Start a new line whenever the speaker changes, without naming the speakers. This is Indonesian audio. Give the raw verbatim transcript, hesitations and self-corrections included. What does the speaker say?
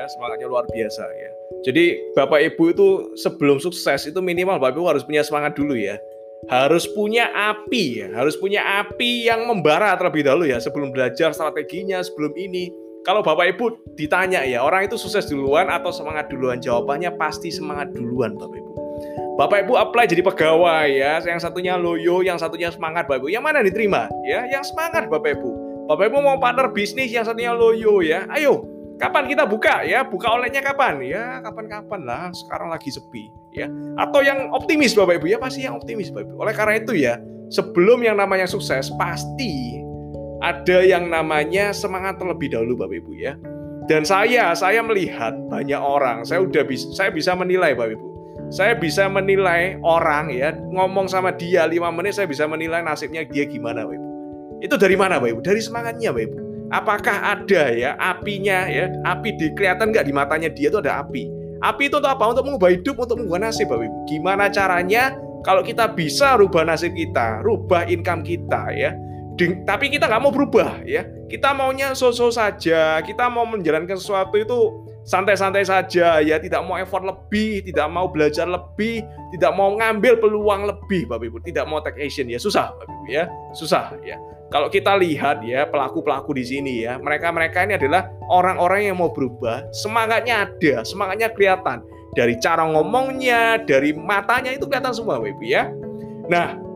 semangatnya luar biasa ya. Jadi Bapak Ibu itu sebelum sukses itu minimal Bapak Ibu harus punya semangat dulu ya. Harus punya api ya, harus punya api yang membara terlebih dahulu ya sebelum belajar strateginya, sebelum ini. Kalau Bapak Ibu ditanya ya, orang itu sukses duluan atau semangat duluan? Jawabannya pasti semangat duluan Bapak Ibu. Bapak Ibu apply jadi pegawai ya, yang satunya loyo, yang satunya semangat Bapak Ibu. Yang mana diterima? Ya, yang semangat Bapak Ibu. Bapak Ibu mau partner bisnis, yang satunya loyo ya. Ayo, kapan kita buka ya? Buka olehnya kapan? Ya, kapan-kapan lah. Sekarang lagi sepi ya. Atau yang optimis Bapak Ibu ya, pasti yang optimis Bapak Ibu. Oleh karena itu ya, sebelum yang namanya sukses pasti ada yang namanya semangat terlebih dahulu Bapak Ibu ya. Dan saya, saya melihat banyak orang, saya udah bisa, saya bisa menilai Bapak Ibu. Saya bisa menilai orang ya, ngomong sama dia lima menit saya bisa menilai nasibnya dia gimana Bapak Ibu. Itu dari mana Bapak Ibu? Dari semangatnya Bapak Ibu. Apakah ada ya apinya ya, api di kelihatan nggak di matanya dia itu ada api. Api itu untuk apa? Untuk mengubah hidup, untuk mengubah nasib Bapak Ibu. Gimana caranya kalau kita bisa rubah nasib kita, rubah income kita ya. Tapi kita nggak mau berubah ya. Kita maunya so-so saja, kita mau menjalankan sesuatu itu santai-santai saja ya, tidak mau effort lebih, tidak mau belajar lebih, tidak mau ngambil peluang lebih Bapak Ibu, tidak mau take action ya, susah Bapak Ibu ya, susah ya. Kalau kita lihat ya pelaku-pelaku di sini ya, mereka-mereka ini adalah orang-orang yang mau berubah, semangatnya ada, semangatnya kelihatan dari cara ngomongnya, dari matanya itu kelihatan semua Bapak Ibu ya. Nah,